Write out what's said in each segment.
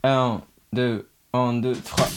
Un, deux, un, deux, trois.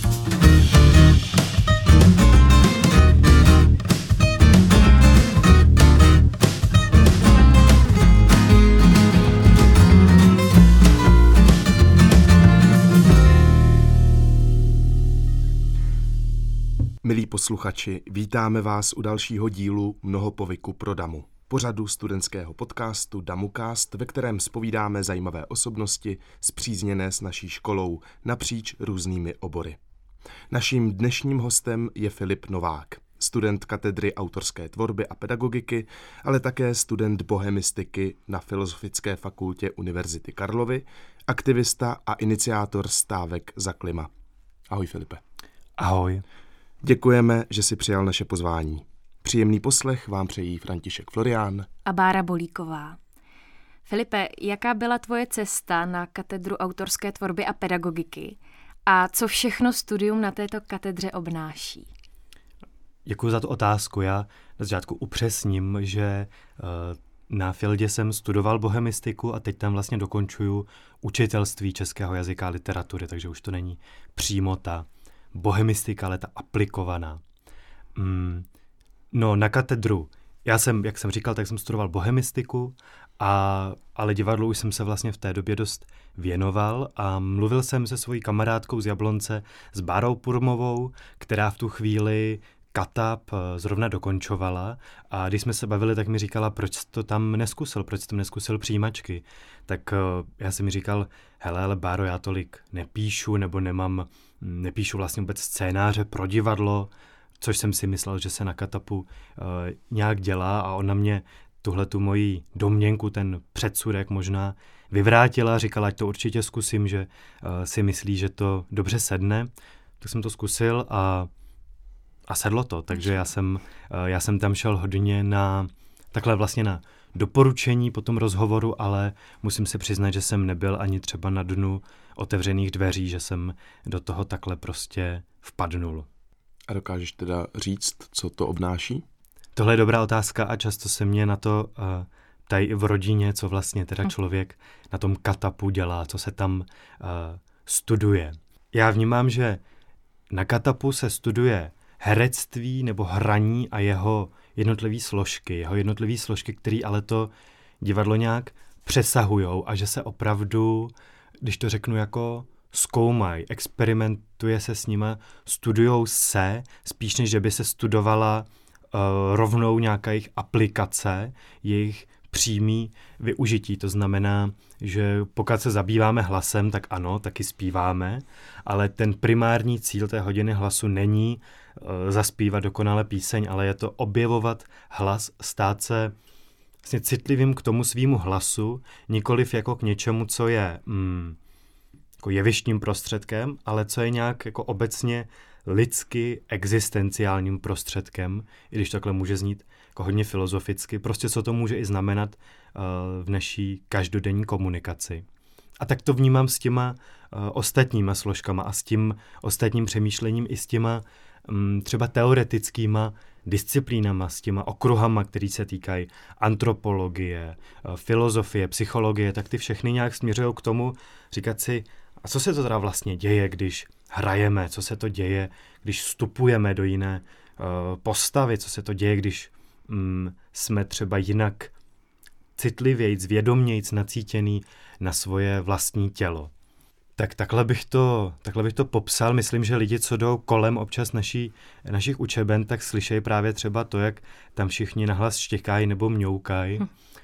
Milí posluchači, vítáme vás u dalšího dílu Mnoho povyku pro damu. Pořadu studentského podcastu DamuCast, ve kterém zpovídáme zajímavé osobnosti spřízněné s naší školou napříč různými obory. Naším dnešním hostem je Filip Novák, student katedry autorské tvorby a pedagogiky, ale také student bohemistiky na Filozofické fakultě Univerzity Karlovy, aktivista a iniciátor stávek za klima. Ahoj Filipe. Ahoj. Děkujeme, že jsi přijal naše pozvání. Příjemný poslech vám přejí František Florián a Bára Bolíková. Filipe, jaká byla tvoje cesta na katedru autorské tvorby a pedagogiky a co všechno studium na této katedře obnáší? Děkuji za tu otázku. Já na začátku upřesním, že na Fildě jsem studoval bohemistiku a teď tam vlastně dokončuju učitelství českého jazyka a literatury, takže už to není přímo ta bohemistika, ale ta aplikovaná. No, na katedru. Já jsem, jak jsem říkal, tak jsem studoval bohemistiku, ale divadlu už jsem se vlastně v té době dost věnoval a mluvil jsem se svojí kamarádkou z Jablonce, s Bárou Purmovou, která v tu chvíli Katap zrovna dokončovala a když jsme se bavili, tak mi říkala, proč jsi to tam neskusil, proč jsi tam neskusil přijímačky. Tak já jsem mi říkal, hele, ale Báro, já tolik nepíšu nebo nepíšu vlastně vůbec scénáře pro divadlo, což jsem si myslel, že se na Katapu nějak dělá a ona mě tuhletu moji domněnku, ten předsudek možná vyvrátila, říkala, ať to určitě zkusím, že si myslí, že to dobře sedne. Tak jsem to zkusil a sedlo to, takže já jsem tam šel hodně takhle vlastně na doporučení po tom rozhovoru, ale musím si přiznat, že jsem nebyl ani třeba na dnu otevřených dveří, že jsem do toho takhle prostě vpadnul. A dokážeš teda říct, co to obnáší? Tohle je dobrá otázka a často se mě na to ptají i v rodině, co vlastně teda člověk na tom Katapu dělá, co se tam studuje. Já vnímám, že na Katapu se studuje herectví nebo hraní a jeho jednotlivé složky, které ale to divadlo nějak přesahujou a že se opravdu, když to řeknu jako zkoumají, experimentuje se s nima, studujou se, spíš než že by se studovala rovnou nějaká jejich aplikace, jejich přímý využití. To znamená, že pokud se zabýváme hlasem, tak ano, taky zpíváme, ale ten primární cíl té hodiny hlasu není zaspívat dokonale píseň, ale je to objevovat hlas, stát se vlastně citlivým k tomu svýmu hlasu, nikoliv jako k něčemu, co je jako jevištním prostředkem, ale co je nějak jako obecně lidsky existenciálním prostředkem, i když takhle může znít jako hodně filozoficky, prostě co to může i znamenat v naší každodenní komunikaci. A tak to vnímám s těma ostatníma složkama a s tím ostatním přemýšlením i s těma třeba teoretickýma disciplínama, s těma okruhama, který se týkají antropologie, filozofie, psychologie, tak ty všechny nějak směřují k tomu říkat si, a co se to teda vlastně děje, když hrajeme, co se to děje, když vstupujeme do jiné postavy, co se to děje, když jsme třeba jinak citlivějc, vědomějc nacítěný na svoje vlastní tělo. Tak takhle bych to popsal. Myslím, že lidi, co jdou kolem občas našich učeben, tak slyšejí právě třeba to, jak tam všichni nahlas štěkají nebo mňoukají.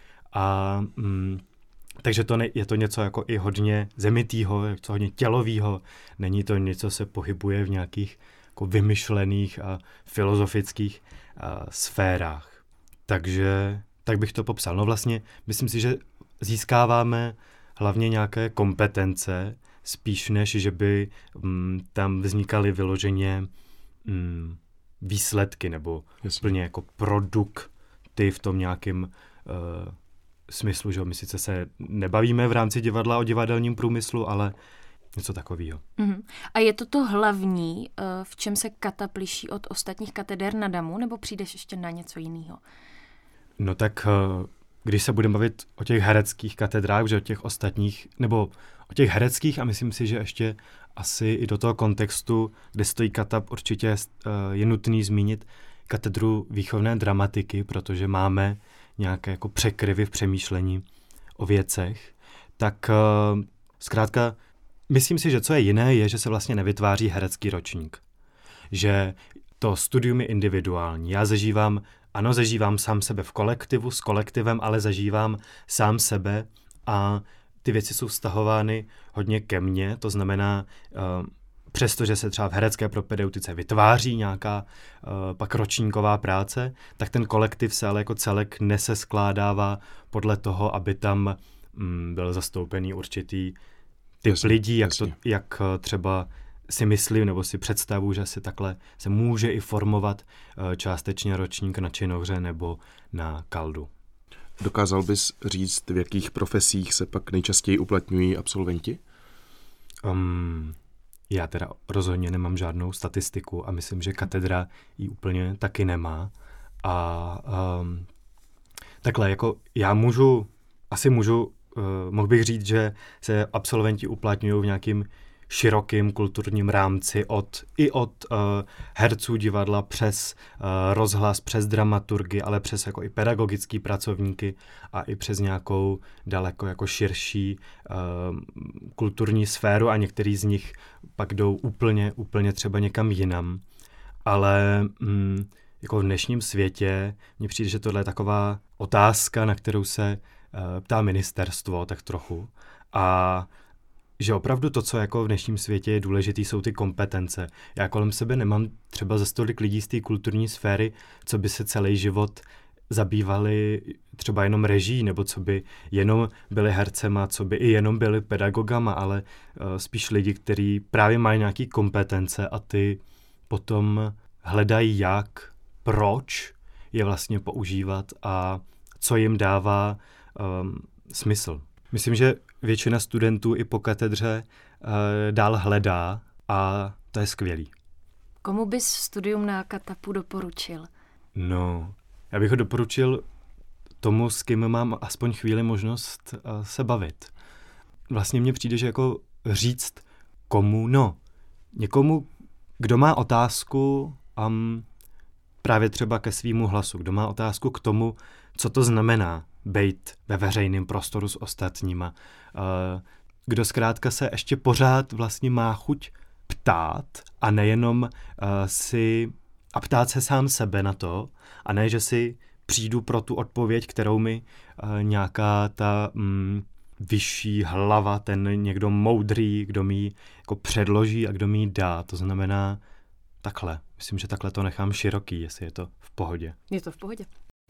A takže je to něco jako i hodně zemitýho, něco hodně tělovýho. Není to něco, se pohybuje v nějakých jako vymyšlených a filozofických sférách. Takže tak bych to popsal. No vlastně myslím si, že získáváme hlavně nějaké kompetence, spíš než, že by tam vznikaly vyloženě výsledky nebo plně jako produkty v tom nějakém smyslu, že my sice se nebavíme v rámci divadla o divadelním průmyslu, ale něco takového. A je to hlavní, v čem se Katap liší od ostatních kateder na Damu, nebo přijdeš ještě na něco jiného? No tak, když se budeme bavit o těch hereckých katedrách, že o těch ostatních, nebo O těch hereckých a myslím si, že ještě asi i do toho kontextu, kde stojí Katap, určitě je nutný zmínit katedru výchovné dramatiky, protože máme nějaké jako překryvy v přemýšlení o věcech. Tak zkrátka, myslím si, že co je jiné, je, že se vlastně nevytváří herecký ročník. Že to studium je individuální. Já zažívám sám sebe v kolektivu, s kolektivem, ale zažívám sám sebe a ty věci jsou vztahovány hodně ke mně, to znamená, přestože se třeba v herecké propedeutice vytváří nějaká pak ročníková práce, tak ten kolektiv se ale jako celek neseskládává podle toho, aby tam byl zastoupený určitý typ lidí, jak třeba si myslím nebo si představuji, že si takhle se může i formovat částečně ročník na činohře nebo na kaldu. Dokázal bys říct, v jakých profesích se pak nejčastěji uplatňují absolventi? Já teda rozhodně nemám žádnou statistiku a myslím, že katedra ji úplně taky nemá. A takhle, jako já mohl bych říct, že se absolventi uplatňují v nějakým širokým kulturním rámci od herců divadla přes rozhlas, přes dramaturgy, ale přes jako i pedagogický pracovníky a i přes nějakou daleko jako širší kulturní sféru a některý z nich pak jdou úplně třeba někam jinam. Ale jako v dnešním světě mně přijde, že tohle je taková otázka, na kterou se ptá ministerstvo tak trochu a že opravdu to, co jako v dnešním světě je důležitý, jsou ty kompetence. Já kolem sebe nemám třeba za stolik lidí z té kulturní sféry, co by se celý život zabývali třeba jenom režií, nebo co by jenom byli hercema, co by i jenom byli pedagogama, ale spíš lidi, kteří právě mají nějaké kompetence a ty potom hledají proč je vlastně používat a co jim dává smysl. Myslím, že většina studentů i po katedře dál hledá a to je skvělý. Komu bys studium na Katapu doporučil? No, já bych ho doporučil tomu, s kým mám aspoň chvíli možnost se bavit. Vlastně mně přijde, že jako říct komu, někomu, kdo má otázku právě třeba ke svýmu hlasu, kdo má otázku k tomu, co to znamená bejt ve veřejném prostoru s ostatníma. Kdo zkrátka se ještě pořád vlastně má chuť ptát a nejenom a ptát se sám sebe na to a ne, že si přijdu pro tu odpověď, kterou mi nějaká ta vyšší hlava, ten někdo moudrý, kdo mi ji jako předloží a kdo mi ji dá. To znamená takhle. Myslím, že takhle to nechám široký, jestli je to v pohodě. Je to v pohodě.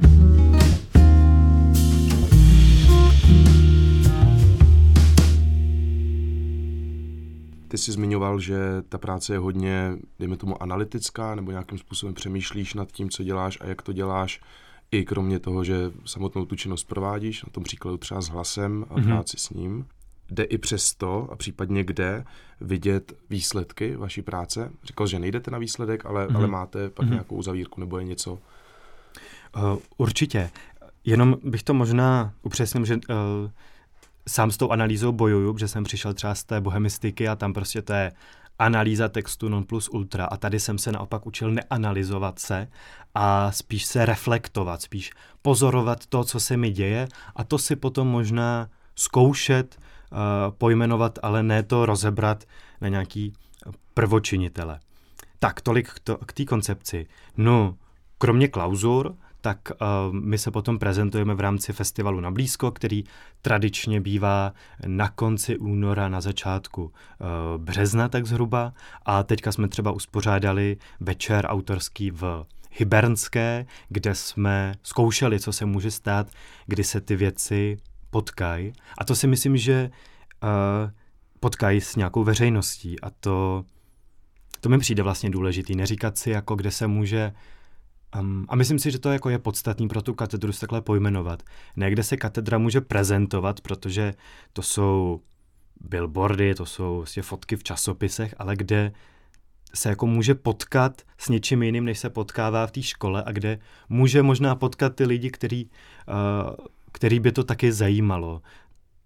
Ty jsi zmiňoval, že ta práce je hodně, dejme tomu, analytická, nebo nějakým způsobem přemýšlíš nad tím, co děláš a jak to děláš, i kromě toho, že samotnou tu činnost provádíš, na tom příkladu třeba s hlasem a práci s ním. Jde i přesto a případně kde vidět výsledky vaší práce? Říkal, že nejdete na výsledek, ale máte pak nějakou uzavírku nebo je něco? Určitě. Jenom bych to možná upřesnil, že sám s tou analýzou bojuju, že jsem přišel třeba z té bohemistiky a tam prostě to je analýza textu non plus ultra a tady jsem se naopak učil neanalyzovat se a spíš se reflektovat, spíš pozorovat to, co se mi děje a to si potom možná zkoušet, pojmenovat, ale ne to rozebrat na nějaký prvočinitele. Tak, tolik k té koncepci. No, kromě klauzur, tak my se potom prezentujeme v rámci festivalu Na blízko, který tradičně bývá na konci února, na začátku března tak zhruba. A teďka jsme třeba uspořádali večer autorský v Hybernské, kde jsme zkoušeli, co se může stát, kdy se ty věci potkají. A to si myslím, že potkají s nějakou veřejností. A to mi přijde vlastně důležitý. Neříkat si, jako kde se může... a myslím si, že to jako je podstatný pro tu katedru se takhle pojmenovat. Ne, kde se katedra může prezentovat, protože to jsou billboardy, to jsou vlastně fotky v časopisech, ale kde se jako může potkat s něčím jiným, než se potkává v té škole a kde může možná potkat ty lidi, který by to taky zajímalo.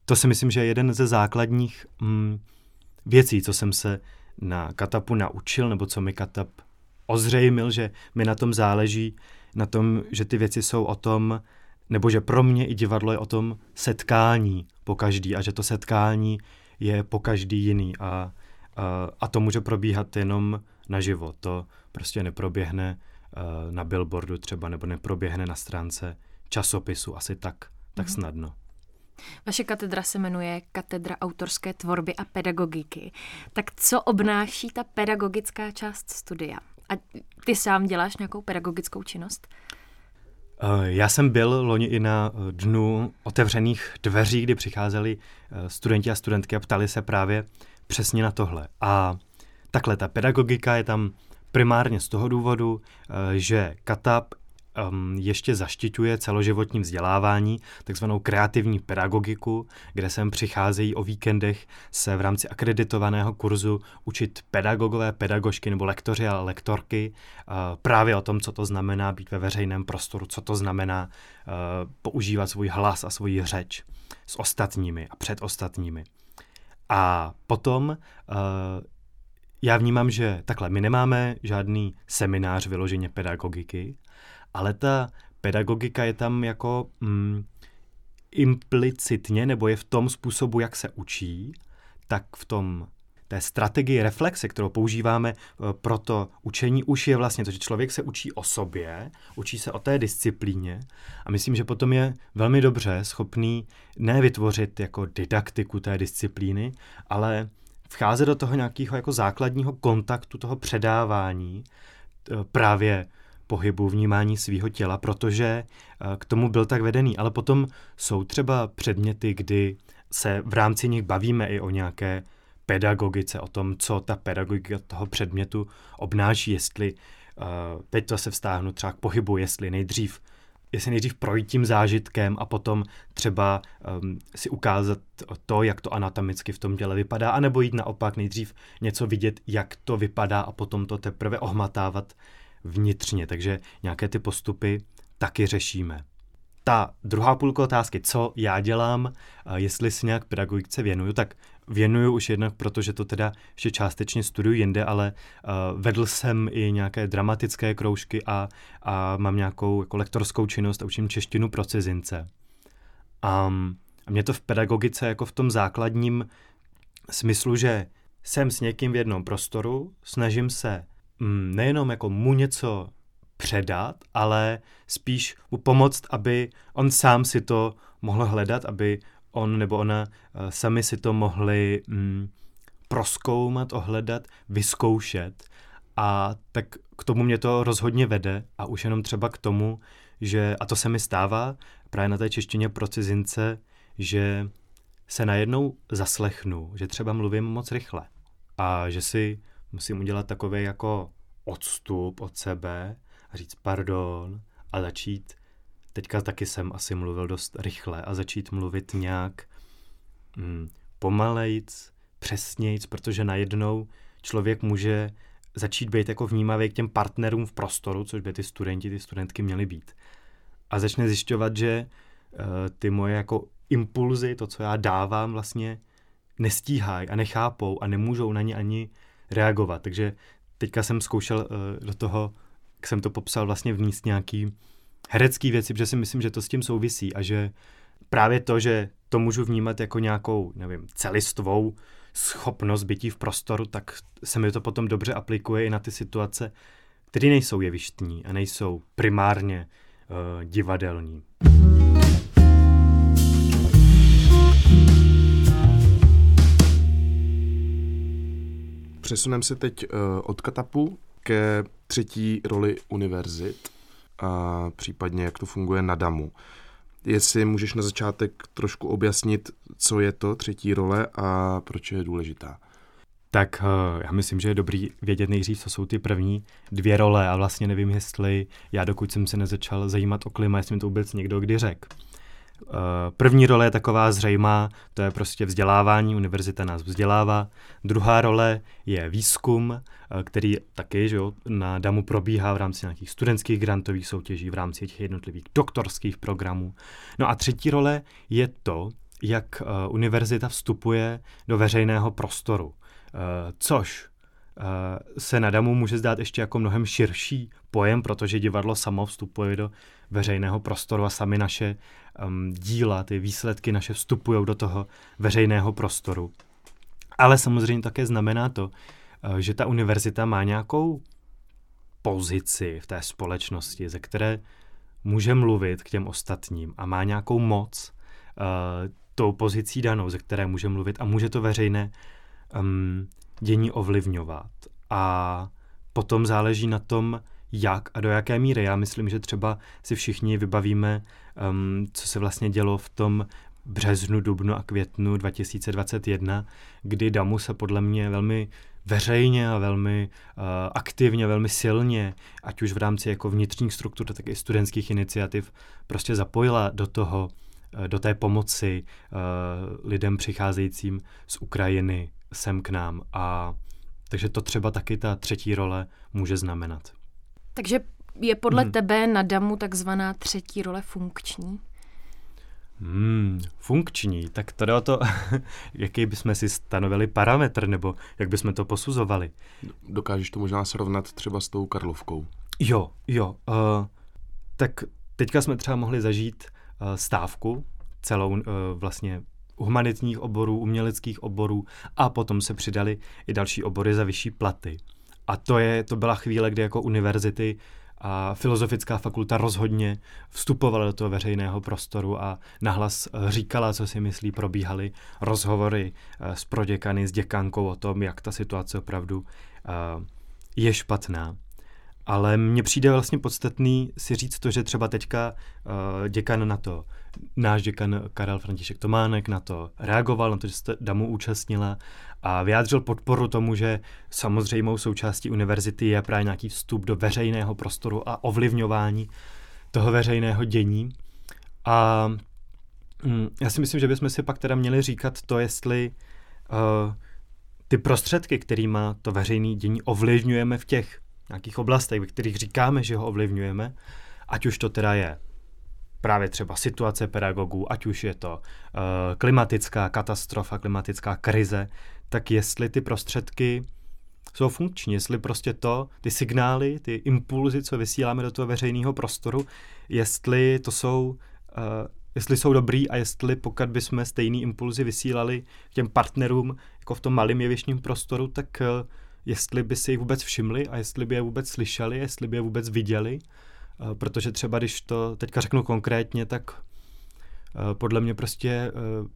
to si myslím, že je jeden ze základních věcí, co jsem se na Katapu naučil, nebo co mi Katap ozřejmil, že mi na tom záleží, na tom, že ty věci jsou o tom, nebo že pro mě i divadlo je o tom setkání po každý a že to setkání je po každý jiný a to může probíhat jenom naživo. To prostě neproběhne na billboardu třeba, nebo neproběhne na stránce časopisu asi tak snadno. Vaše katedra se jmenuje Katedra autorské tvorby a pedagogiky. Tak co obnáší ta pedagogická část studia? A ty sám děláš nějakou pedagogickou činnost? Já jsem byl loni i na dnu otevřených dveří, kdy přicházeli studenti a studentky a ptali se právě přesně na tohle. A takhle, ta pedagogika je tam primárně z toho důvodu, že Katap ještě zaštiťuje celoživotní vzdělávání, takzvanou kreativní pedagogiku, kde sem přicházejí o víkendech se v rámci akreditovaného kurzu učit pedagogové, pedagožky nebo lektoři a lektorky právě o tom, co to znamená být ve veřejném prostoru, co to znamená používat svůj hlas a svoji řeč s ostatními a před ostatními. A potom já vnímám, že takhle, my nemáme žádný seminář vyloženě pedagogiky, ale ta pedagogika je tam jako implicitně, nebo je v tom způsobu, jak se učí, tak v tom té strategii reflexe, kterou používáme pro to učení, už je vlastně to, že člověk se učí o sobě, učí se o té disciplíně a myslím, že potom je velmi dobře schopný ne vytvořit jako didaktiku té disciplíny, ale vcházet do toho nějakého jako základního kontaktu, toho předávání právě pohybu, vnímání svého těla, protože k tomu byl tak vedený. Ale potom jsou třeba předměty, kdy se v rámci nich bavíme i o nějaké pedagogice, o tom, co ta pedagogika toho předmětu obnáší, jestli, teď to se vztáhnu třeba k pohybu, jestli nejdřív projít tím zážitkem a potom třeba si ukázat to, jak to anatomicky v tom těle vypadá, anebo jít naopak nejdřív něco vidět, jak to vypadá a potom to teprve ohmatávat vnitřně, takže nějaké ty postupy taky řešíme. Ta druhá půlka otázky, co já dělám, jestli si nějak pedagogice věnuju, tak věnuju už jednak, protože to teda ještě částečně studuju jinde, ale vedl jsem i nějaké dramatické kroužky a mám nějakou jako lektorskou činnost a učím češtinu pro cizince. A mě to v pedagogice jako v tom základním smyslu, že jsem s někým v jednom prostoru, snažím se nejenom jako mu něco předat, ale spíš mu pomoct, aby on sám si to mohl hledat, aby on nebo ona sami si to mohli prozkoumat, ohledat, vyzkoušet. A tak k tomu mě to rozhodně vede a už jenom třeba k tomu, že, a to se mi stává právě na té češtině pro cizince, že se najednou zaslechnu, že třeba mluvím moc rychle a že si musím udělat takový jako odstup od sebe a říct pardon a začít, teďka taky jsem asi mluvil dost rychle a začít mluvit nějak pomalejc, přesnějc, protože najednou člověk může začít být jako vnímavý k těm partnerům v prostoru, což by ty studenti, ty studentky měly být. A začne zjišťovat, že ty moje jako impulzy, to, co já dávám, vlastně nestíhají a nechápou a nemůžou na ně ani reagovat. Takže teďka jsem zkoušel do toho, jak jsem to popsal, vlastně vníst nějaký herecký věci, protože si myslím, že to s tím souvisí a že právě to, že to můžu vnímat jako nějakou, nevím, celistvou schopnost bytí v prostoru, tak se mi to potom dobře aplikuje i na ty situace, které nejsou jevištní a nejsou primárně divadelní. Přesuneme se teď od Katapu ke třetí roli univerzit a případně jak to funguje na DAMu. Jestli můžeš na začátek trošku objasnit, co je to třetí role a proč je důležitá. Tak já myslím, že je dobrý vědět nejdřív, co jsou ty první dvě role a vlastně nevím, jestli já, dokud jsem se nezačal zajímat o klima, jestli mi to vůbec někdo kdy řekl. První role je taková zřejmá, to je prostě vzdělávání, univerzita nás vzdělává. Druhá role je výzkum, který taky, že jo, na DAMu probíhá v rámci nějakých studentských grantových soutěží, v rámci těch jednotlivých doktorských programů. No a třetí role je to, jak univerzita vstupuje do veřejného prostoru. Což se na Damu může zdát ještě jako mnohem širší pojem, protože divadlo samo vstupuje do veřejného prostoru a sami naše díla, ty výsledky naše vstupují do toho veřejného prostoru. Ale samozřejmě také znamená to, že ta univerzita má nějakou pozici v té společnosti, ze které může mluvit k těm ostatním a má nějakou moc tou pozicí danou, ze které může mluvit a může to veřejné dění ovlivňovat. A potom záleží na tom, jak a do jaké míry. Já myslím, že třeba si všichni vybavíme, co se vlastně dělo v tom březnu, dubnu a květnu 2021, kdy Damu se podle mě velmi veřejně a velmi aktivně, velmi silně, ať už v rámci jako vnitřních struktur, tak i studentských iniciativ, prostě zapojila do toho, do té pomoci lidem přicházejícím z Ukrajiny sem k nám. A takže to třeba taky ta třetí role může znamenat. Takže je podle tebe na Damu takzvaná třetí role funkční? Funkční, tak to jde o to, jaký bychom si stanovili parametr, nebo jak bychom to posuzovali. Dokážeš to možná srovnat třeba s tou Karlovkou? Jo. Tak teďka jsme třeba mohli zažít stávku, celou vlastně humanitních oborů, uměleckých oborů a potom se přidali i další obory za vyšší platy. A to byla chvíle, kdy jako univerzity a filozofická fakulta rozhodně vstupovala do toho veřejného prostoru a nahlas říkala, co si myslí, probíhaly rozhovory s proděkany, s děkankou o tom, jak ta situace opravdu je špatná. Ale mně přijde vlastně podstatný si říct to, že třeba teďka děkan na to, náš děkan Karel František Tománek na to reagoval, na to, že se Damu účastnila a vyjádřil podporu tomu, že samozřejmou součástí univerzity je právě nějaký vstup do veřejného prostoru a ovlivňování toho veřejného dění. A já si myslím, že bychom si pak teda měli říkat to, jestli ty prostředky, kterýma to veřejné dění ovlivňujeme v těch nějakých oblastech, ve kterých říkáme, že ho ovlivňujeme, ať už to teda je právě třeba situace pedagogů, ať už je to klimatická katastrofa, klimatická krize, tak jestli ty prostředky jsou funkční, jestli prostě ty signály, ty impulzy, co vysíláme do toho veřejného prostoru, jestli jsou dobrý a jestli pokud bychom stejný impulzy vysílali k těm partnerům jako v tom malém jevištním prostoru, tak jestli by si jich vůbec všimli a jestli by je vůbec slyšeli, jestli by je vůbec viděli, protože třeba když to teďka řeknu konkrétně, tak podle mě prostě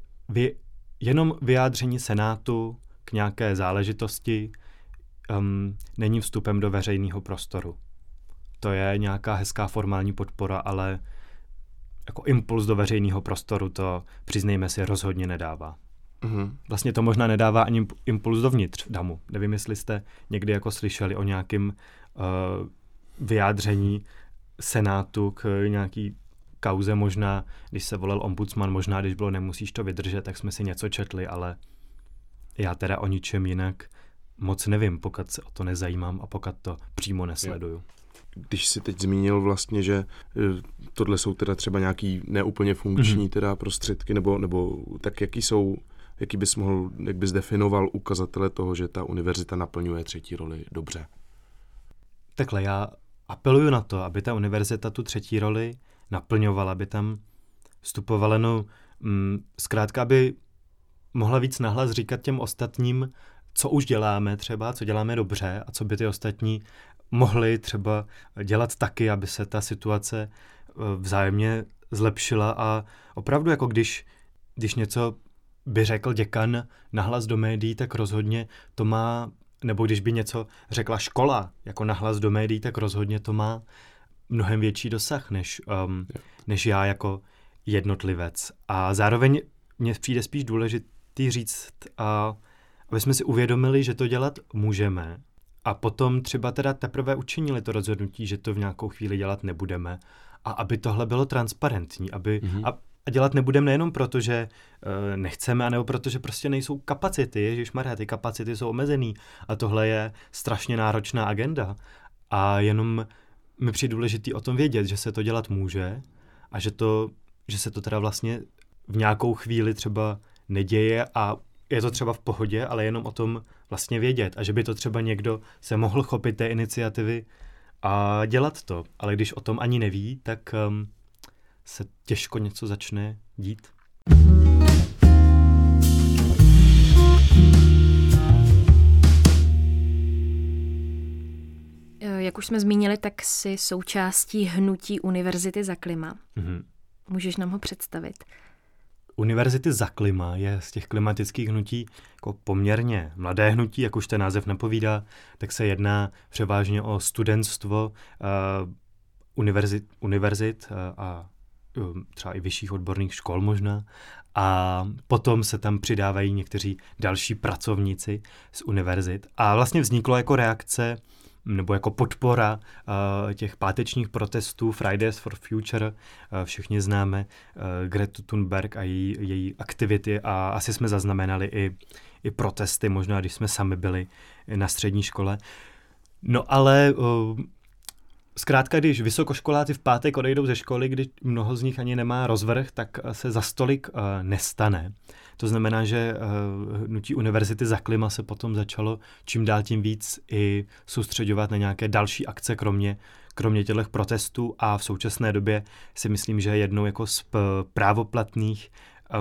jenom vyjádření Senátu k nějaké záležitosti není vstupem do veřejného prostoru. To je nějaká hezká formální podpora, ale jako impuls do veřejného prostoru to, přiznejme si, rozhodně nedává. Vlastně to možná nedává ani impuls dovnitř Damu. Nevím, jestli jste někdy jako slyšeli o nějakém vyjádření Senátu k nějaký kauze, možná, když se volil ombudsman, možná, když bylo nemusíš to vydržet, tak jsme si něco četli, ale já teda o ničem jinak moc nevím, pokud se o to nezajímám a pokud to přímo nesleduju. Když jsi teď zmínil vlastně, že tohle jsou teda třeba nějaký neúplně funkční teda prostředky, nebo tak jak bys definoval ukazatele toho, že ta univerzita naplňuje třetí roli dobře? Takhle, já apeluju na to, aby ta univerzita tu třetí roli naplňovala, aby tam vstupovala, zkrátka, aby mohla víc nahlas říkat těm ostatním, co už děláme třeba, co děláme dobře a co by ty ostatní mohli třeba dělat taky, aby se ta situace vzájemně zlepšila a opravdu jako když něco by řekl děkan nahlas do médií, tak rozhodně to má, nebo když by něco řekla škola jako nahlas do médií, tak rozhodně to má mnohem větší dosah, než já jako jednotlivec. A zároveň mně přijde spíš důležitý říct, aby jsme si uvědomili, že to dělat můžeme a potom třeba teda teprve učinili to rozhodnutí, že to v nějakou chvíli dělat nebudeme a aby tohle bylo transparentní, a dělat nebudeme nejenom proto, že nechceme, anebo proto, že prostě nejsou kapacity. Ježišmarja, ty kapacity jsou omezený a tohle je strašně náročná agenda. A jenom mi přijde důležitý o tom vědět, že se to dělat může a že se to teda vlastně v nějakou chvíli třeba neděje a je to třeba v pohodě, ale jenom o tom vlastně vědět a že by to třeba někdo se mohl chopit té iniciativy a dělat to. Ale když o tom ani neví, tak se těžko něco začne dít. Jak už jsme zmínili, tak jsi součástí hnutí Univerzity za klima. Mhm. Můžeš nám ho představit? Univerzity za klima je z těch klimatických hnutí jako poměrně mladé hnutí, jak už ten název napovídá, tak se jedná převážně o studentstvo univerzit a třeba i vyšších odborných škol možná. A potom se tam přidávají někteří další pracovníci z univerzit. A vlastně vzniklo jako reakce nebo jako podpora těch pátečních protestů Fridays for Future. Všichni známe Gretu Thunberg a její aktivity a asi jsme zaznamenali i protesty, možná když jsme sami byli na střední škole. No ale zkrátka, když vysokoškoláci v pátek odejdou ze školy, když mnoho z nich ani nemá rozvrh, tak se za stolik nestane. To znamená, že hnutí Univerzity za klima se potom začalo čím dál tím víc i soustředovat na nějaké další akce, kromě těchto protestů a v současné době si myslím, že jednou jako z právoplatných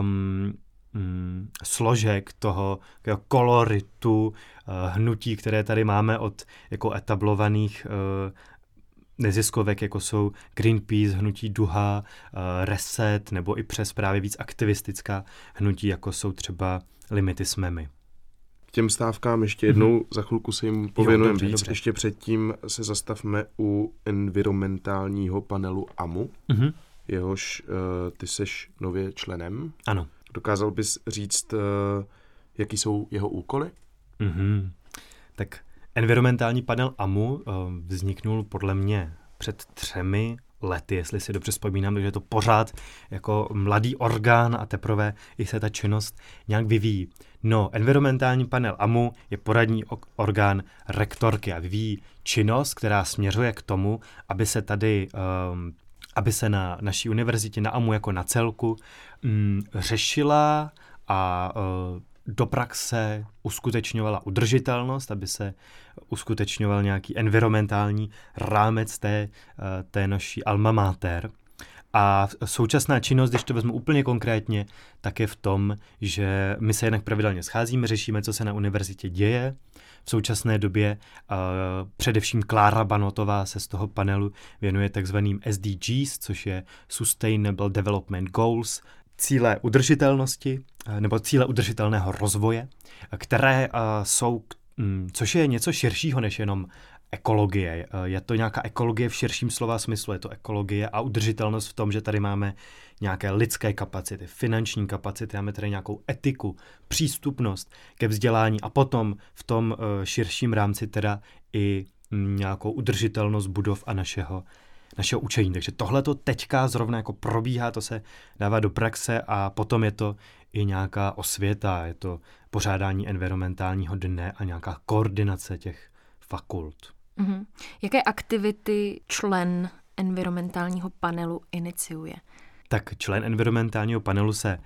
složek toho koloritu hnutí, které tady máme od jako etablovaných neziskovek, jako jsou Greenpeace, hnutí Duha, Reset, nebo i přes právě víc aktivistická hnutí, jako jsou třeba Limity jsme my. K těm stávkám ještě jednou za chvilku se jim pověnujeme víc. Dobře. Ještě předtím se zastavme u environmentálního panelu AMU, jehož ty seš nově členem. Ano. Dokázal bys říct, jaký jsou jeho úkoly? Tak environmentální panel AMU vzniknul podle mě před 3 lety, jestli si dobře vzpomínám, takže je to pořád jako mladý orgán a teprve i se ta činnost nějak vyvíjí. No, environmentální panel AMU je poradní orgán rektorky a vyvíjí činnost, která směřuje k tomu, aby se tady aby se na naší univerzitě, na AMU jako na celku, řešila a do praxe uskutečňovala udržitelnost, aby se uskutečňoval nějaký environmentální rámec té naší alma mater. A současná činnost, když to vezmu úplně konkrétně, tak je v tom, že my se jednak pravidelně scházíme, řešíme, co se na univerzitě děje. V současné době především Klára Banotová se z toho panelu věnuje takzvaným SDGs, což je Sustainable Development Goals, cíle udržitelnosti nebo cíle udržitelného rozvoje, které jsou, což je něco širšího než jenom ekologie. Je to nějaká ekologie v širším slova smyslu, je to ekologie a udržitelnost v tom, že tady máme nějaké lidské kapacity, finanční kapacity, máme tady nějakou etiku, přístupnost ke vzdělání a potom v tom širším rámci teda i nějakou udržitelnost budov a našeho učení. Takže tohle to teďka zrovna jako probíhá, to se dává do praxe a potom je to i nějaká osvěta, je to pořádání environmentálního dne a nějaká koordinace těch fakult. Mm-hmm. Jaké aktivity člen environmentálního panelu iniciuje? Tak člen environmentálního panelu se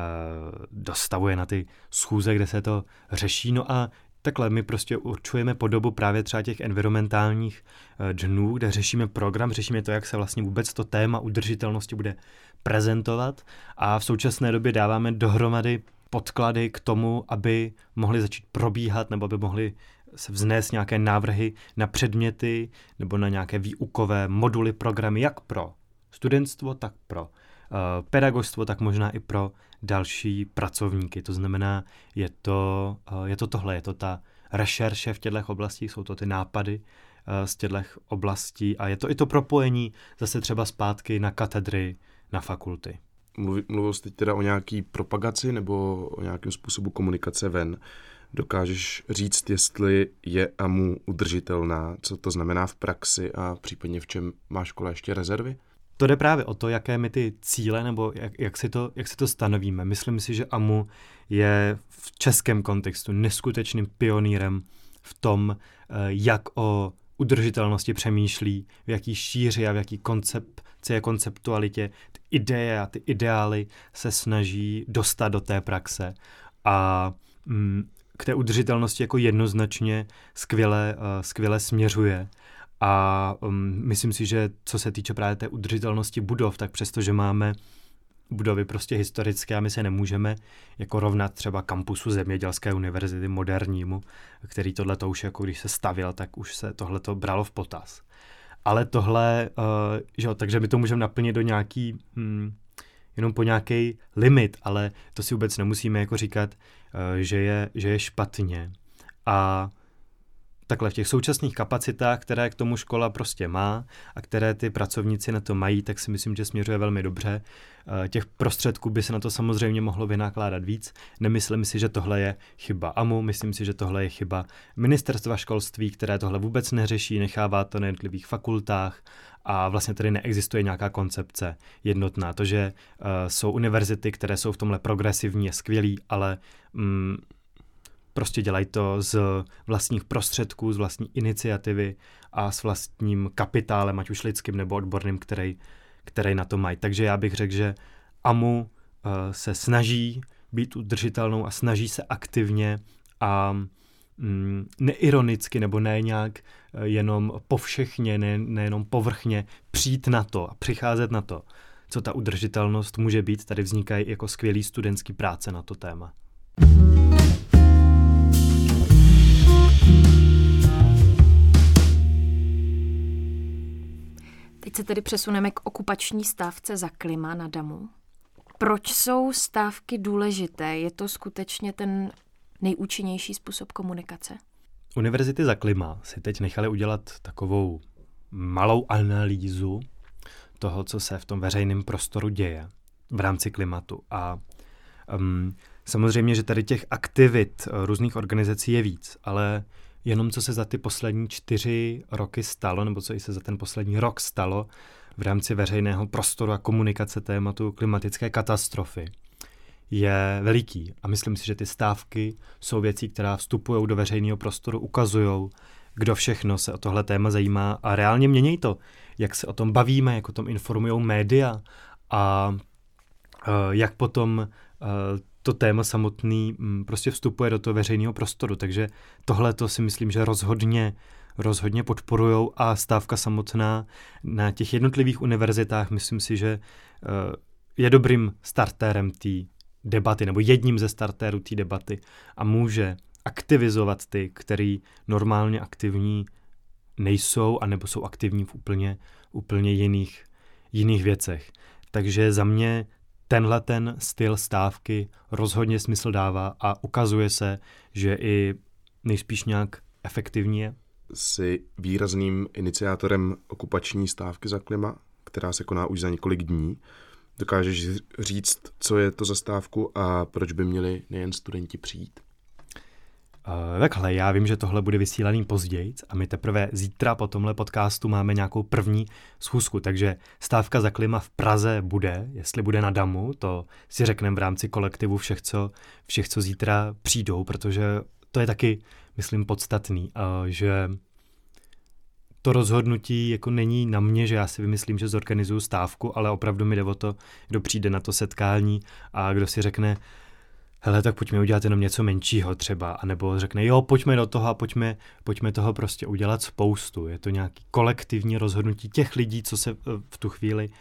dostavuje na ty schůze, kde se to řeší, no a takhle my prostě určujeme podobu právě třeba těch environmentálních dnů, kde řešíme program, řešíme to, jak se vlastně vůbec to téma udržitelnosti bude prezentovat a v současné době dáváme dohromady podklady k tomu, aby mohly začít probíhat nebo aby mohly se vznést nějaké návrhy na předměty nebo na nějaké výukové moduly, programy, jak pro studentstvo, tak pro pedagožstvo, tak možná i pro další pracovníky. To znamená, je to tohle, je to ta rešerše v těchto oblastích, jsou to ty nápady z těchto oblastí a je to i to propojení zase třeba zpátky na katedry, na fakulty. Mluvil jsi teď teda o nějaký propagaci nebo o nějakém způsobu komunikace ven. Dokážeš říct, jestli je AMU udržitelná, co to znamená v praxi a případně v čem má škola ještě rezervy? To jde právě o to, jaké my ty cíle nebo jak si to stanovíme. Myslím si, že AMU je v českém kontextu neskutečným pionýrem v tom, jak o udržitelnosti přemýšlí, v jaký šíři a v jaký koncepci a konceptualitě. ideje a ty ideály se snaží dostat do té praxe a k té udržitelnosti jako jednoznačně skvěle směřuje. A myslím si, že co se týče právě té udržitelnosti budov, tak přestože máme budovy prostě historické a my se nemůžeme jako rovnat třeba kampusu Zemědělské univerzity modernímu, který tohleto už jako když se stavěl, tak už se tohleto bralo v potaz. Ale tohle, že jo, takže my to můžeme naplnit do nějaký, jenom po nějaký limit, ale to si vůbec nemusíme jako říkat, že je špatně. A takhle v těch současných kapacitách, které k tomu škola prostě má a které ty pracovníci na to mají, tak si myslím, že směřuje velmi dobře. Těch prostředků by se na to samozřejmě mohlo vynakládat víc. Nemyslím si, že tohle je chyba AMU, myslím si, že tohle je chyba Ministerstva školství, které tohle vůbec neřeší, nechává to na jednotlivých fakultách a vlastně tady neexistuje nějaká koncepce jednotná. To, že jsou univerzity, které jsou v tomhle progresivní, je skvělý, ale prostě dělají to z vlastních prostředků, z vlastní iniciativy a s vlastním kapitálem, ať už lidským nebo odborným, který na to mají. Takže já bych řekl, že AMU se snaží být udržitelnou a snaží se aktivně a neironicky nebo ne nějak jenom povšechně, nejenom povrchně přijít na to a přicházet na to, co ta udržitelnost může být. Tady vznikají jako skvělý studentský práce na to téma. Teď se tedy přesuneme k okupační stávce za klima na Damu. Proč jsou stávky důležité? Je to skutečně ten nejúčinnější způsob komunikace? Univerzity za klima si teď nechaly udělat takovou malou analýzu toho, co se v tom veřejném prostoru děje v rámci klimatu. A samozřejmě, že tady těch aktivit různých organizací je víc, ale jenom co se za ty poslední 4 roky stalo, nebo co i se za ten poslední rok stalo v rámci veřejného prostoru a komunikace tématu klimatické katastrofy, je veliký. A myslím si, že ty stávky jsou věcí, která vstupují do veřejného prostoru, ukazují, kdo všechno se o tohle téma zajímá a reálně mění to, jak se o tom bavíme, jak o tom informují média a jak potom to téma samotný prostě vstupuje do toho veřejného prostoru. Takže tohle to si myslím, že rozhodně podporujou a stávka samotná na těch jednotlivých univerzitách myslím si, že je dobrým startérem té debaty nebo jedním ze startérů té debaty a může aktivizovat ty, který normálně aktivní nejsou anebo jsou aktivní v úplně jiných věcech. Takže za mě tenhle ten styl stávky rozhodně smysl dává a ukazuje se, že i nejspíš nějak efektivní je. Jsi výrazným iniciátorem okupační stávky za klima, která se koná už za několik dní. Dokážeš říct, co je to za stávku a proč by měli nejen studenti přijít? Takhle, já vím, že tohle bude vysílaný později a my teprve zítra po tomhle podcastu máme nějakou první schůzku, takže stávka za klima v Praze bude, jestli bude na Damu, to si řekneme v rámci kolektivu všech, co zítra přijdou, protože to je taky, myslím, podstatný, že to rozhodnutí jako není na mě, že já si vymyslím, že zorganizuju stávku, ale opravdu mi jde o to, kdo přijde na to setkání a kdo si řekne, hele, tak pojďme udělat jenom něco menšího třeba, anebo řekne, jo, pojďme do toho a pojďme toho prostě udělat spoustu. Je to nějaký kolektivní rozhodnutí těch lidí, co se v tu chvíli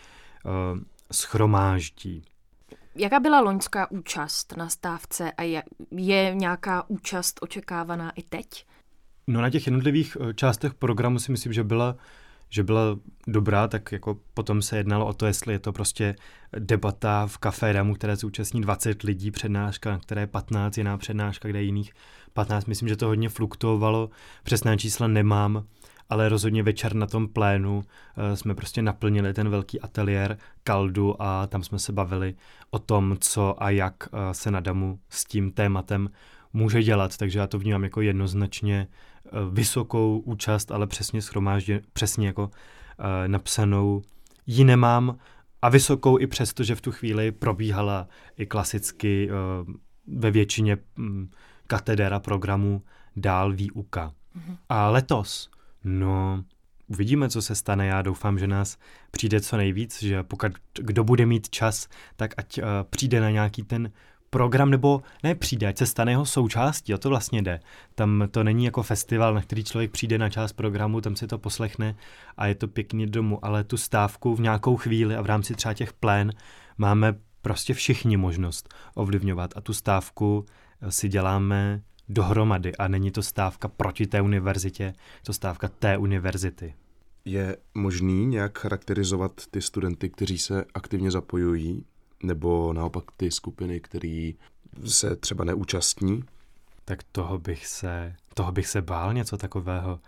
shromáždí. Jaká byla loňská účast na stávce a je nějaká účast očekávaná i teď? No na těch jednotlivých částech programu si myslím, že byla dobrá, tak jako potom se jednalo o to, jestli je to prostě debata v Café Damu, které se účastní 20 lidí, přednáška, na které je 15, jiná přednáška, kde je jiných 15. Myslím, že to hodně fluktuovalo, přesná čísla nemám, ale rozhodně večer na tom plénu jsme prostě naplnili ten velký ateliér Kaldu a tam jsme se bavili o tom, co a jak se na Damu s tím tématem může dělat, takže já to vnímám jako jednoznačně vysokou účast, ale přesně jako napsanou ji nemám a vysokou i přesto, že v tu chvíli probíhala i klasicky ve většině kateder a programů dál výuka. A letos, no uvidíme, co se stane. Já doufám, že nás přijde co nejvíc, že pokud kdo bude mít čas, tak ať přijde na nějaký ten program, nebo ne přijde, ať se stane jeho součástí, o to vlastně jde. Tam to není jako festival, na který člověk přijde na část programu, tam si to poslechne a je to pěkně domů, ale tu stávku v nějakou chvíli a v rámci třeba těch plén máme prostě všichni možnost ovlivňovat a tu stávku si děláme dohromady a není to stávka proti té univerzitě, je to stávka té univerzity. Je možný nějak charakterizovat ty studenty, kteří se aktivně zapojují, nebo naopak ty skupiny, které se třeba neúčastní? Tak toho bych se bál něco takového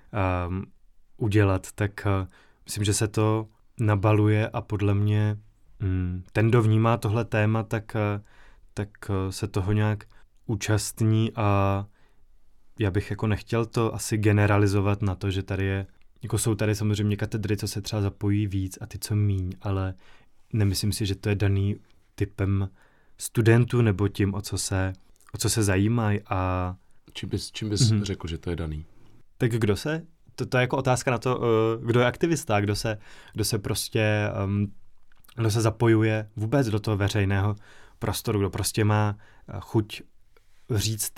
udělat. Tak myslím, že se to nabaluje a podle mě ten, kdo vnímá tohle téma, tak se toho nějak účastní a já bych jako nechtěl to asi generalizovat na to, že tady je, jako jsou tady samozřejmě katedry, co se třeba zapojí víc a ty, co míň, ale nemyslím si, že to je daný typem studentů nebo tím, o co se zajímají a... Čím bys řekl, že to je daný? Tak kdo se? To je jako otázka na to, kdo je aktivista, kdo se prostě, kdo se zapojuje vůbec do toho veřejného prostoru, kdo prostě má chuť říct,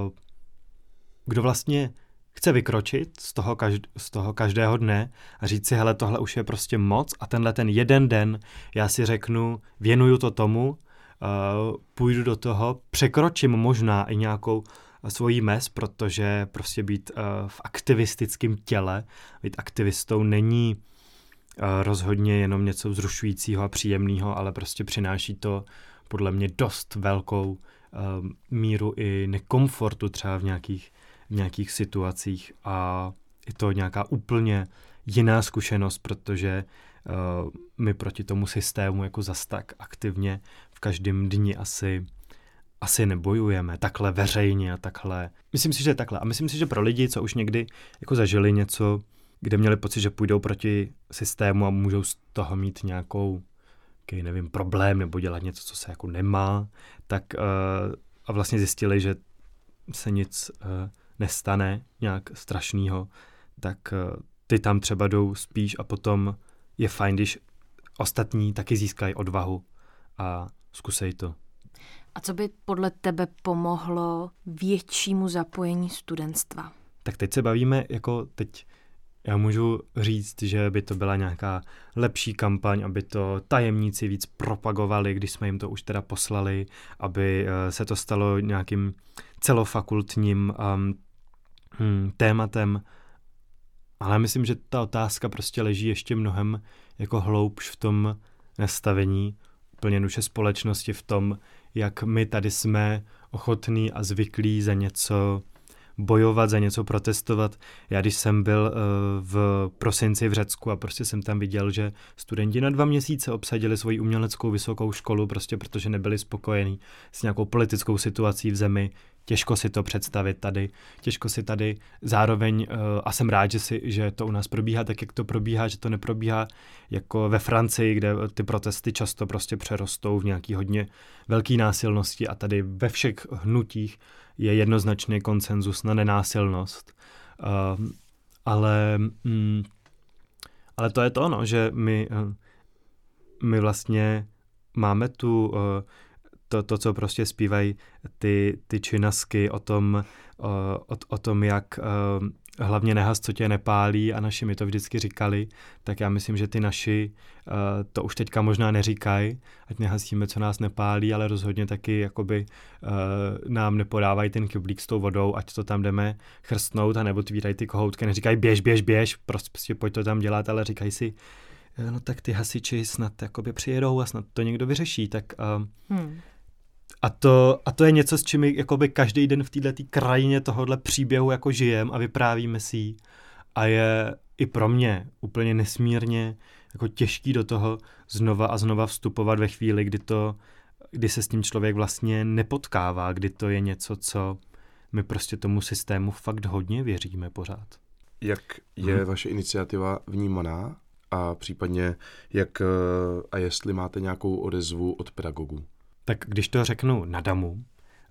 kdo vlastně chce vykročit z toho každého dne a říct si, hele, tohle už je prostě moc a tenhle ten jeden den já si řeknu, věnuju to tomu, půjdu do toho, překročím možná i nějakou svoji mez, protože prostě být v aktivistickém těle, být aktivistou není rozhodně jenom něco vzrušujícího a příjemného, ale prostě přináší to podle mě dost velkou míru i nekomfortu třeba v nějakých situacích a je to nějaká úplně jiná zkušenost, protože my proti tomu systému jako zas tak aktivně v každém dni asi nebojujeme takhle veřejně a takhle. Myslím si, že je takhle. A myslím si, že pro lidi, co už někdy jako zažili něco, kde měli pocit, že půjdou proti systému a můžou z toho mít nějakou problém nebo dělat něco, co se jako nemá, tak a vlastně zjistili, že se nic nestane nějak strašného, tak ty tam třeba jdou spíš a potom je fajn, když ostatní taky získají odvahu a zkusej to. A co by podle tebe pomohlo většímu zapojení studentstva? Tak teď se bavíme, jako teď já můžu říct, že by to byla nějaká lepší kampaň, aby to tajemníci víc propagovali, když jsme jim to už teda poslali, aby se to stalo nějakým celofakultním tématem. Ale myslím, že ta otázka prostě leží ještě mnohem jako hloubš v tom nastavení úplně duše společnosti, v tom, jak my tady jsme ochotní a zvyklí za něco bojovat, za něco protestovat. Já když jsem byl v prosinci v Řecku a prostě jsem tam viděl, že studenti na 2 měsíce obsadili svoji uměleckou vysokou školu, prostě protože nebyli spokojení s nějakou politickou situací v zemi. Těžko si to představit tady, zároveň a jsem rád, že to u nás probíhá tak, jak to probíhá, že to neprobíhá jako ve Francii, kde ty protesty často prostě přerostou v nějaký hodně velký násilnosti a tady ve všech hnutích je jednoznačný konsenzus na nenásilnost. Ale to je to, no, že my vlastně máme tu to, co prostě zpívají ty činasky o tom, jak hlavně nehas, co tě nepálí a naši mi to vždycky říkali, tak já myslím, že ty naši to už teďka možná neříkají, ať nehasíme, co nás nepálí, ale rozhodně taky jakoby nám nepodávají ten kyblík s tou vodou, ať to tam jdeme chrstnout a nebo otvírají ty kohoutky, neříkají běž, prostě pojď to tam dělat, ale říkají si, no tak ty hasiči snad jakoby přijedou a snad to někdo vyřeší, tak A to je něco, s čím jakoby každý den v této krajině tohohle příběhu jako žijem a vyprávíme si ji. A je i pro mě úplně nesmírně jako těžký do toho znova a znova vstupovat ve chvíli, kdy se s tím člověk vlastně nepotkává, kdy to je něco, co my prostě tomu systému fakt hodně věříme pořád. Jak je vaše iniciativa vnímaná a případně jak a jestli máte nějakou odezvu od pedagogů? Tak když to řeknu na DAMu,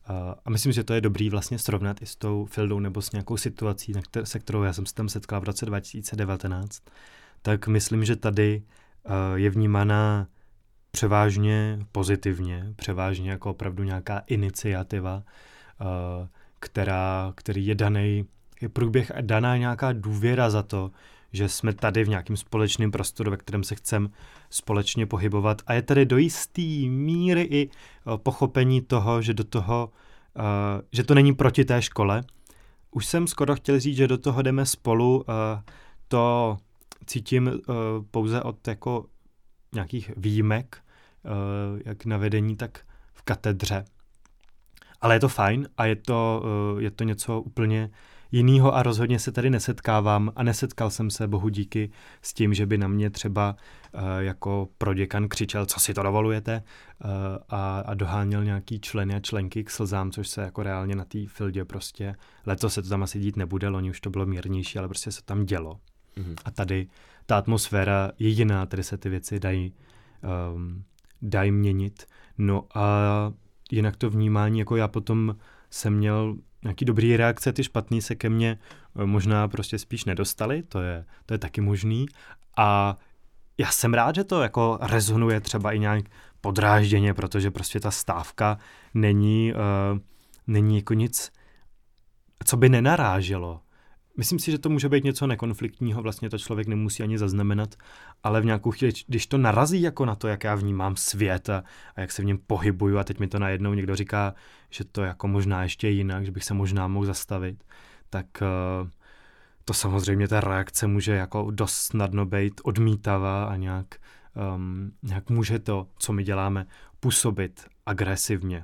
A myslím, že to je dobrý vlastně srovnat i s tou Fildou nebo s nějakou situací, se kterou já jsem se tam setkal v roce 2019. Tak myslím, že tady je vnímaná převážně pozitivně, převážně jako opravdu nějaká iniciativa, který je daný, je průběh a daná nějaká důvěra za to, že jsme tady v nějakém společném prostoru, ve kterém se chceme společně pohybovat. A je tady do jistý míry i pochopení toho, že že to není proti té škole. Už jsem skoro chtěl říct, že do toho jdeme spolu, to cítím pouze od jako nějakých výjimek, jak na vedení, tak v katedře. Ale je to fajn a je to něco úplně jinýho a rozhodně se tady nesetkávám a nesetkal jsem se, bohu díky, s tím, že by na mě třeba jako proděkan křičel, co si to dovolujete, a doháněl nějaký členy a členky k slzám, což se jako reálně na té Fildě prostě, letos se to tam asi dít nebude, loni už to bylo mírnější, ale prostě se tam dělo. A tady ta atmosféra je jiná, tady se ty věci dají měnit. No a jinak to vnímání, jako já potom jsem měl nějaký dobrý reakce, ty špatný se ke mně možná prostě spíš nedostali, to je taky možný. A já jsem rád, že to jako rezonuje třeba i nějak podrážděně, protože prostě ta stávka není jako nic, co by nenaráželo. Myslím si, že to může být něco nekonfliktního, vlastně to člověk nemusí ani zaznamenat, ale v nějakou chvíli, když to narazí jako na to, jak já vnímám svět a jak se v něm pohybuju a teď mi to najednou někdo říká, že to jako možná ještě jinak, že bych se možná mohl zastavit, tak to samozřejmě ta reakce může jako dost snadno být odmítavá a nějak může to, co my děláme, působit agresivně.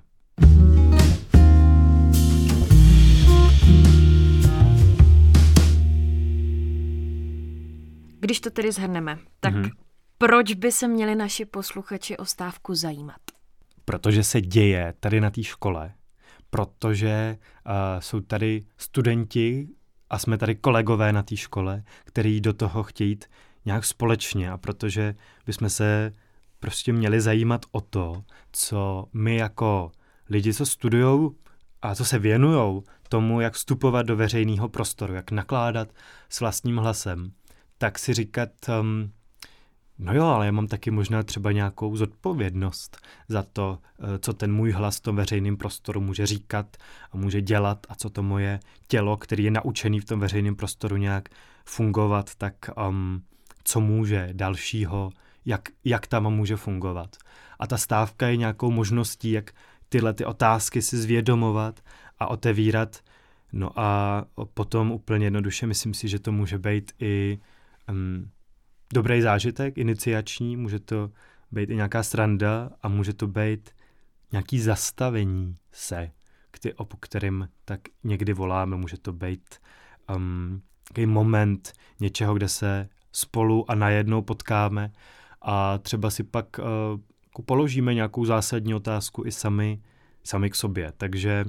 Když to tedy shrneme, tak proč by se měli naši posluchači o stávku zajímat? Protože se děje tady na té škole, protože jsou tady studenti a jsme tady kolegové na té škole, kteří do toho chtějí nějak společně a protože bychom se prostě měli zajímat o to, co my jako lidi, co studujou a co se věnujou tomu, jak vstupovat do veřejného prostoru, jak nakládat s vlastním hlasem, tak si říkat, no jo, ale já mám taky možná třeba nějakou zodpovědnost za to, co ten můj hlas v tom veřejném prostoru může říkat a může dělat a co to moje tělo, který je naučený v tom veřejném prostoru nějak fungovat, tak co může dalšího, jak tam může fungovat. A ta stávka je nějakou možností, jak tyhle ty otázky si zvědomovat a otevírat. No a potom úplně jednoduše myslím si, že to může být i dobrý zážitek, iniciační, může to být i nějaká sranda a může to být nějaký zastavení se, po kterým tak někdy voláme, může to být takový moment něčeho, kde se spolu a najednou potkáme a třeba si pak položíme nějakou zásadní otázku i sami k sobě. Takže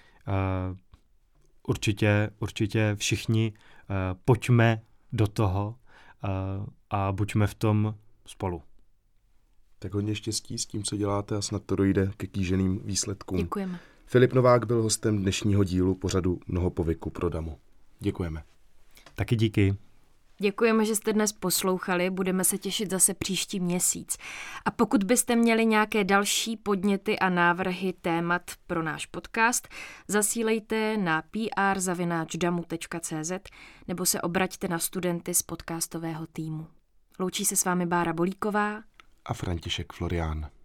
určitě všichni pojďme do toho a buďme v tom spolu. Tak hodně štěstí s tím, co děláte a snad to dojde ke kýženým výsledkům. Děkujeme. Filip Novák byl hostem dnešního dílu pořadu Mnoho povyku pro Damu. Děkujeme. Taky díky. Děkujeme, že jste dnes poslouchali, budeme se těšit zase příští měsíc. A pokud byste měli nějaké další podněty a návrhy témat pro náš podcast, zasílejte na pr@damu.cz nebo se obraťte na studenty z podcastového týmu. Loučí se s vámi Bára Bolíková a František Florián.